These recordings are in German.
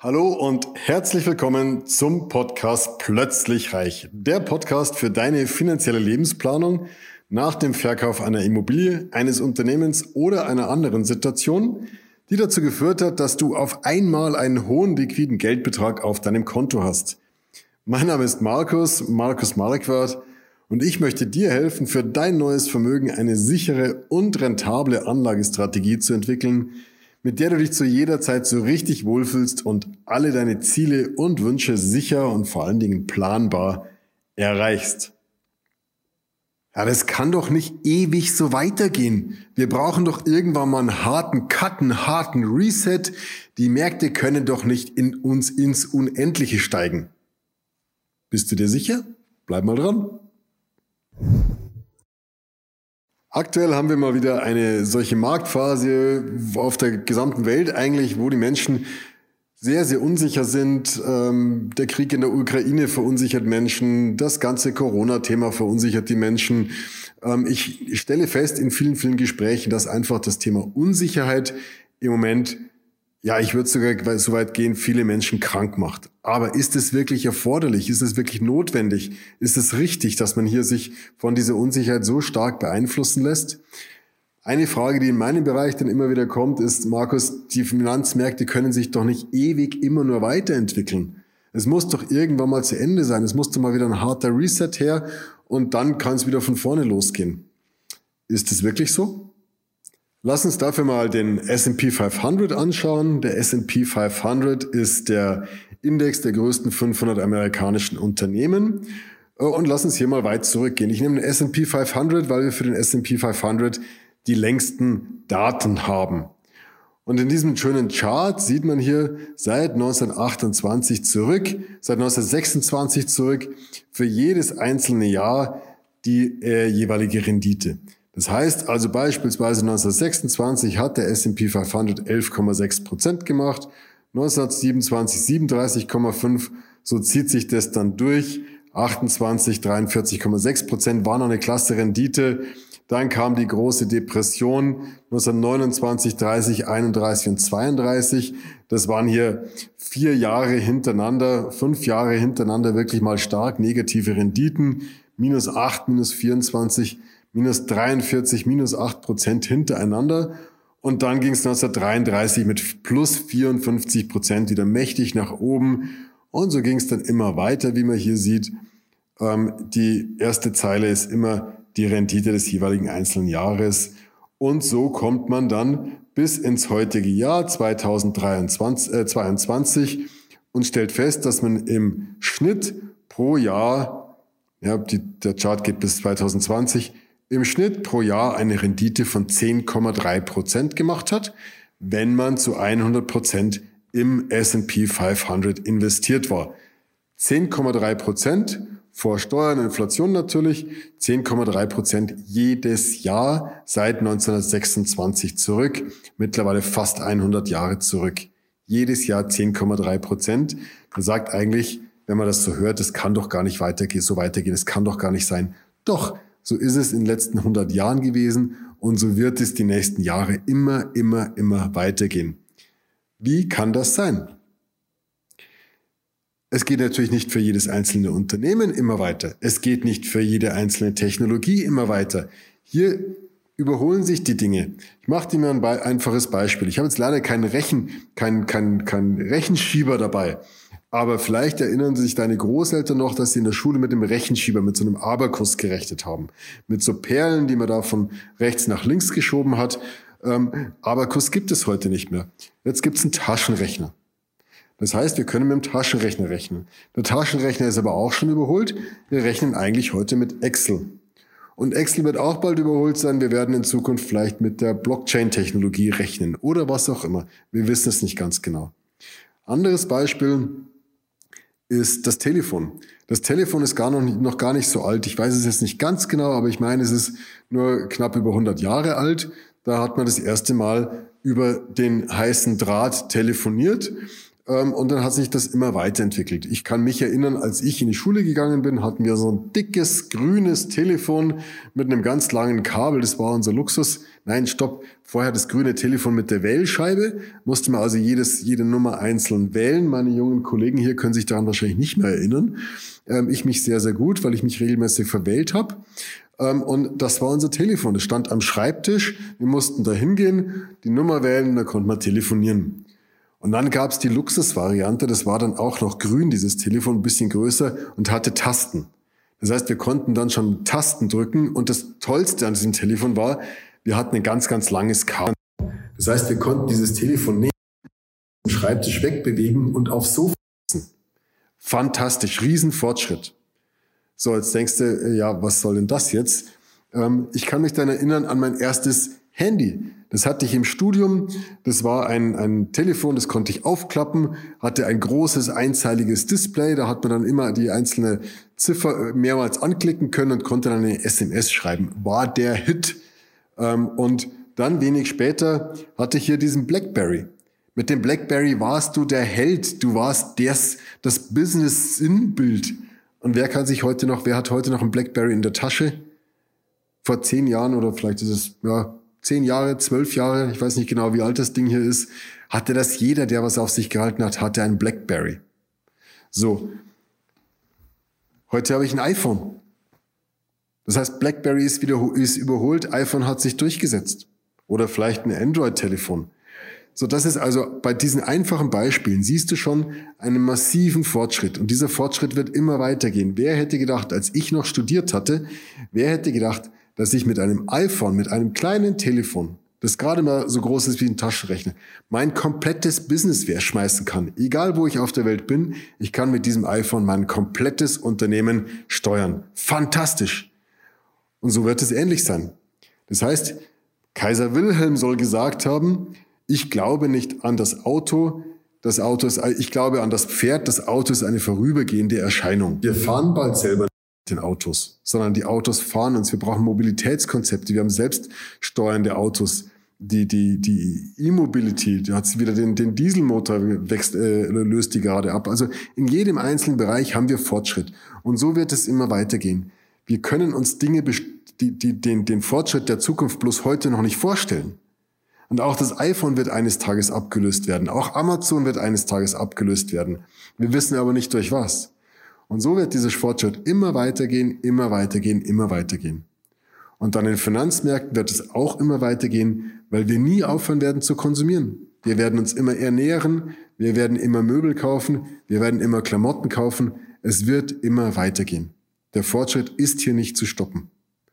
Hallo und herzlich willkommen zum Podcast Plötzlich Reich. Der Podcast für deine finanzielle Lebensplanung nach dem Verkauf einer Immobilie, eines Unternehmens oder einer anderen Situation, die dazu geführt hat, dass du auf einmal einen hohen liquiden Geldbetrag auf deinem Konto hast. Mein Name ist Markus Marquardt und ich möchte dir helfen, für dein neues Vermögen eine sichere und rentable Anlagestrategie zu entwickeln, mit der du dich zu jeder Zeit so richtig wohlfühlst und alle deine Ziele und Wünsche sicher und vor allen Dingen planbar erreichst. Ja, das kann doch nicht ewig so weitergehen. Wir brauchen doch irgendwann mal einen harten Cut, einen harten Reset. Die Märkte können doch nicht in uns ins Unendliche steigen. Bist du dir sicher? Bleib mal dran. Aktuell haben wir mal wieder eine solche Marktphase auf der gesamten Welt eigentlich, wo die Menschen sehr, sehr unsicher sind. Der Krieg in der Ukraine verunsichert Menschen, das ganze Corona-Thema verunsichert die Menschen. Ich stelle fest in vielen, vielen Gesprächen, dass einfach das Thema Unsicherheit im Moment, ja, ich würde sogar so weit gehen, viele Menschen krank macht. Aber ist es wirklich erforderlich? Ist es wirklich notwendig? Ist es richtig, dass man hier sich von dieser Unsicherheit so stark beeinflussen lässt? Eine Frage, die in meinem Bereich dann immer wieder kommt, ist, Markus, die Finanzmärkte können sich doch nicht ewig immer nur weiterentwickeln. Es muss doch irgendwann mal zu Ende sein. Es muss doch mal wieder ein harter Reset her und dann kann es wieder von vorne losgehen. Ist es wirklich so? Lass uns dafür mal den S&P 500 anschauen. Der S&P 500 ist der Index der größten 500 amerikanischen Unternehmen. Und lass uns hier mal weit zurückgehen. Ich nehme den S&P 500, weil wir für den S&P 500 die längsten Daten haben. Und in diesem schönen Chart sieht man hier seit 1928 zurück, seit 1926 zurück, für jedes einzelne Jahr die jeweilige Rendite. Das heißt also beispielsweise 1926 hat der S&P 500 11,6% gemacht, 1927 37,5%, so zieht sich das dann durch, 28 43,6% war noch eine klasse Rendite, dann kam die große Depression 1929, 30, 31 und 32, das waren hier 5 Jahre hintereinander wirklich mal stark negative Renditen, minus 8, minus 24, minus 43, minus 8% hintereinander. Und dann ging es 1933 mit plus 54% wieder mächtig nach oben. Und so ging es dann immer weiter, wie man hier sieht. Die erste Zeile ist immer die Rendite des jeweiligen einzelnen Jahres. Und so kommt man dann bis ins heutige Jahr 2022 und stellt fest, dass man im Schnitt pro Jahr, der Chart geht bis 2020, im Schnitt pro Jahr eine Rendite von 10,3% gemacht hat, wenn man zu 100% im S&P 500 investiert war. 10,3% vor Steuern und Inflation natürlich, 10,3% jedes Jahr seit 1926 zurück, mittlerweile fast 100 Jahre zurück. Jedes Jahr 10,3%. Man sagt eigentlich, wenn man das so hört, das kann doch gar nicht so weitergehen, das kann doch gar nicht sein. Doch, so ist es in den letzten 100 Jahren gewesen und so wird es die nächsten Jahre immer weitergehen. Wie kann das sein? Es geht natürlich nicht für jedes einzelne Unternehmen immer weiter. Es geht nicht für jede einzelne Technologie immer weiter. Hier überholen sich die Dinge. Ich mache dir mal ein einfaches Beispiel. Ich habe jetzt leider keinen Rechenschieber dabei. Aber vielleicht erinnern sich deine Großeltern noch, dass sie in der Schule mit dem Rechenschieber, mit so einem Abakus gerechnet haben. Mit so Perlen, die man da von rechts nach links geschoben hat. Abakus gibt es heute nicht mehr. Jetzt gibt es einen Taschenrechner. Das heißt, wir können mit dem Taschenrechner rechnen. Der Taschenrechner ist aber auch schon überholt. Wir rechnen eigentlich heute mit Excel. Und Excel wird auch bald überholt sein. Wir werden in Zukunft vielleicht mit der Blockchain-Technologie rechnen oder was auch immer. Wir wissen es nicht ganz genau. Anderes Beispiel ist das Telefon. Das Telefon ist noch gar nicht so alt. Ich weiß es jetzt nicht ganz genau, aber ich meine, es ist nur knapp über 100 Jahre alt. Da hat man das erste Mal über den heißen Draht telefoniert. Und dann hat sich das immer weiterentwickelt. Ich kann mich erinnern, als ich in die Schule gegangen bin, hatten wir so ein dickes, grünes Telefon mit einem ganz langen Kabel. Das war unser Luxus. Nein, stopp. Vorher das grüne Telefon mit der Wählscheibe. Musste man also jede Nummer einzeln wählen. Meine jungen Kollegen hier können sich daran wahrscheinlich nicht mehr erinnern. Ich mich sehr, sehr gut, weil ich mich regelmäßig verwählt habe. Und das war unser Telefon. Das stand am Schreibtisch. Wir mussten da hingehen, die Nummer wählen und da konnte man telefonieren. Und dann gab es die Luxusvariante, das war dann auch noch grün, dieses Telefon, ein bisschen größer und hatte Tasten. Das heißt, wir konnten dann schon Tasten drücken und das Tollste an diesem Telefon war, wir hatten ein ganz, ganz langes Kabel. Das heißt, wir konnten dieses Telefon nehmen, vom Schreibtisch wegbewegen und aufs Sofa setzen. Fantastisch, Riesenfortschritt. So, jetzt denkst du, ja, was soll denn das jetzt? Ich kann mich dann erinnern an mein erstes Handy. Das hatte ich im Studium. Das war ein Telefon, das konnte ich aufklappen, hatte ein großes einzeiliges Display. Da hat man dann immer die einzelne Ziffer mehrmals anklicken können und konnte dann eine SMS schreiben. War der Hit. Und dann wenig später hatte ich hier diesen BlackBerry. Mit dem BlackBerry warst du der Held. Du warst das Business-Sinnbild. Und wer hat heute noch ein BlackBerry in der Tasche? Vor 10 Jahren oder vielleicht ist es, 10 Jahre, 12 Jahre, ich weiß nicht genau, wie alt das Ding hier ist, hatte das jeder, der was auf sich gehalten hat, hatte ein BlackBerry. So. Heute habe ich ein iPhone. Das heißt, BlackBerry ist überholt, iPhone hat sich durchgesetzt. Oder vielleicht ein Android-Telefon. So, das ist also bei diesen einfachen Beispielen siehst du schon einen massiven Fortschritt. Und dieser Fortschritt wird immer weitergehen. Wer hätte gedacht, als ich noch studiert hatte, wer hätte gedacht, dass ich mit einem iPhone, mit einem kleinen Telefon, das gerade mal so groß ist wie ein Taschenrechner, mein komplettes Business schmeißen kann. Egal, wo ich auf der Welt bin, ich kann mit diesem iPhone mein komplettes Unternehmen steuern. Fantastisch! Und so wird es ähnlich sein. Das heißt, Kaiser Wilhelm soll gesagt haben, ich glaube nicht an das Auto, ich glaube an das Pferd, das Auto ist eine vorübergehende Erscheinung. Wir fahren bald selber den Autos, sondern die Autos fahren uns. Wir brauchen Mobilitätskonzepte. Wir haben selbststeuernde Autos. Die E-Mobility, die hat wieder den Dieselmotor löst die gerade ab. Also in jedem einzelnen Bereich haben wir Fortschritt. Und so wird es immer weitergehen. Wir können uns Dinge, den Fortschritt der Zukunft bloß heute noch nicht vorstellen. Und auch das iPhone wird eines Tages abgelöst werden. Auch Amazon wird eines Tages abgelöst werden. Wir wissen aber nicht durch was. Und so wird dieser Fortschritt immer weitergehen, immer weitergehen, immer weitergehen. Und an den Finanzmärkten wird es auch immer weitergehen, weil wir nie aufhören werden zu konsumieren. Wir werden uns immer ernähren, wir werden immer Möbel kaufen, wir werden immer Klamotten kaufen. Es wird immer weitergehen. Der Fortschritt ist hier nicht zu stoppen.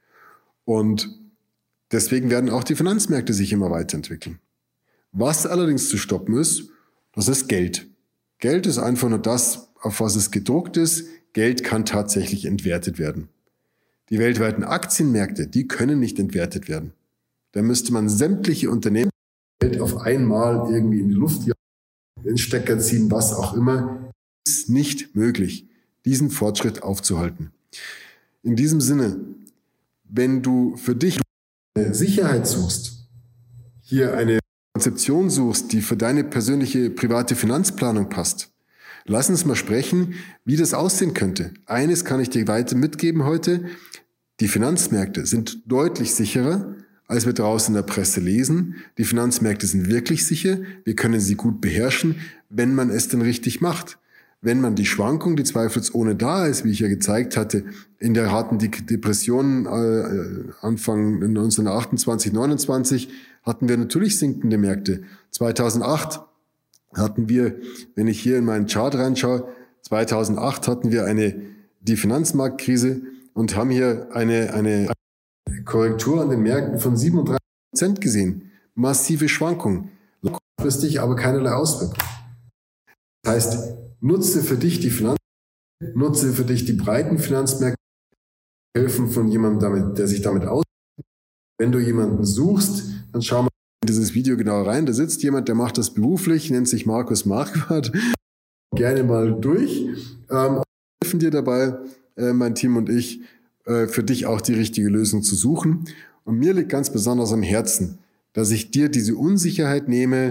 Und deswegen werden auch die Finanzmärkte sich immer weiterentwickeln. Was allerdings zu stoppen ist, das ist Geld. Geld ist einfach nur das, auf was es gedruckt ist. Geld kann tatsächlich entwertet werden. Die weltweiten Aktienmärkte, die können nicht entwertet werden. Da müsste man sämtliche Unternehmen Geld auf einmal irgendwie in die Luft jagen, in den Stecker ziehen, was auch immer. Ist nicht möglich, diesen Fortschritt aufzuhalten. In diesem Sinne, wenn du für dich eine Sicherheit suchst, hier eine Konzeption suchst, die für deine persönliche private Finanzplanung passt, lass uns mal sprechen, wie das aussehen könnte. Eines kann ich dir weiter mitgeben heute. Die Finanzmärkte sind deutlich sicherer, als wir draußen in der Presse lesen. Die Finanzmärkte sind wirklich sicher. Wir können sie gut beherrschen, wenn man es denn richtig macht. Wenn man die Schwankung, die zweifelsohne da ist, wie ich ja gezeigt hatte, in der harten Depression Anfang 1928, 29, hatten wir natürlich sinkende Märkte. 2008 hatten wir, wenn ich hier in meinen Chart reinschaue, 2008 hatten wir die Finanzmarktkrise und haben hier eine Korrektur an den Märkten von 37% gesehen. Massive Schwankungen. Langfristig aber keinerlei Auswirkungen. Das heißt, nutze für dich die Finanzmärkte, nutze für dich die breiten Finanzmärkte, helfen von jemandem, der sich damit auskennt. Wenn du jemanden suchst, dann schau mal in dieses Video genau rein. Da sitzt jemand, der macht das beruflich, nennt sich Markus Marquardt. Gerne mal durch. Wir helfen dir dabei, mein Team und ich, für dich auch die richtige Lösung zu suchen. Und mir liegt ganz besonders am Herzen, dass ich dir diese Unsicherheit nehme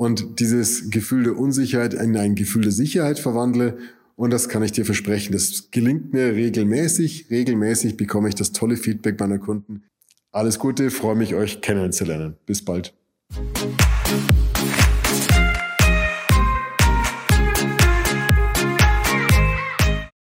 und dieses Gefühl der Unsicherheit in ein Gefühl der Sicherheit verwandle. Und das kann ich dir versprechen. Das gelingt mir regelmäßig. Regelmäßig bekomme ich das tolle Feedback meiner Kunden. Alles Gute, freue mich, euch kennenzulernen. Bis bald.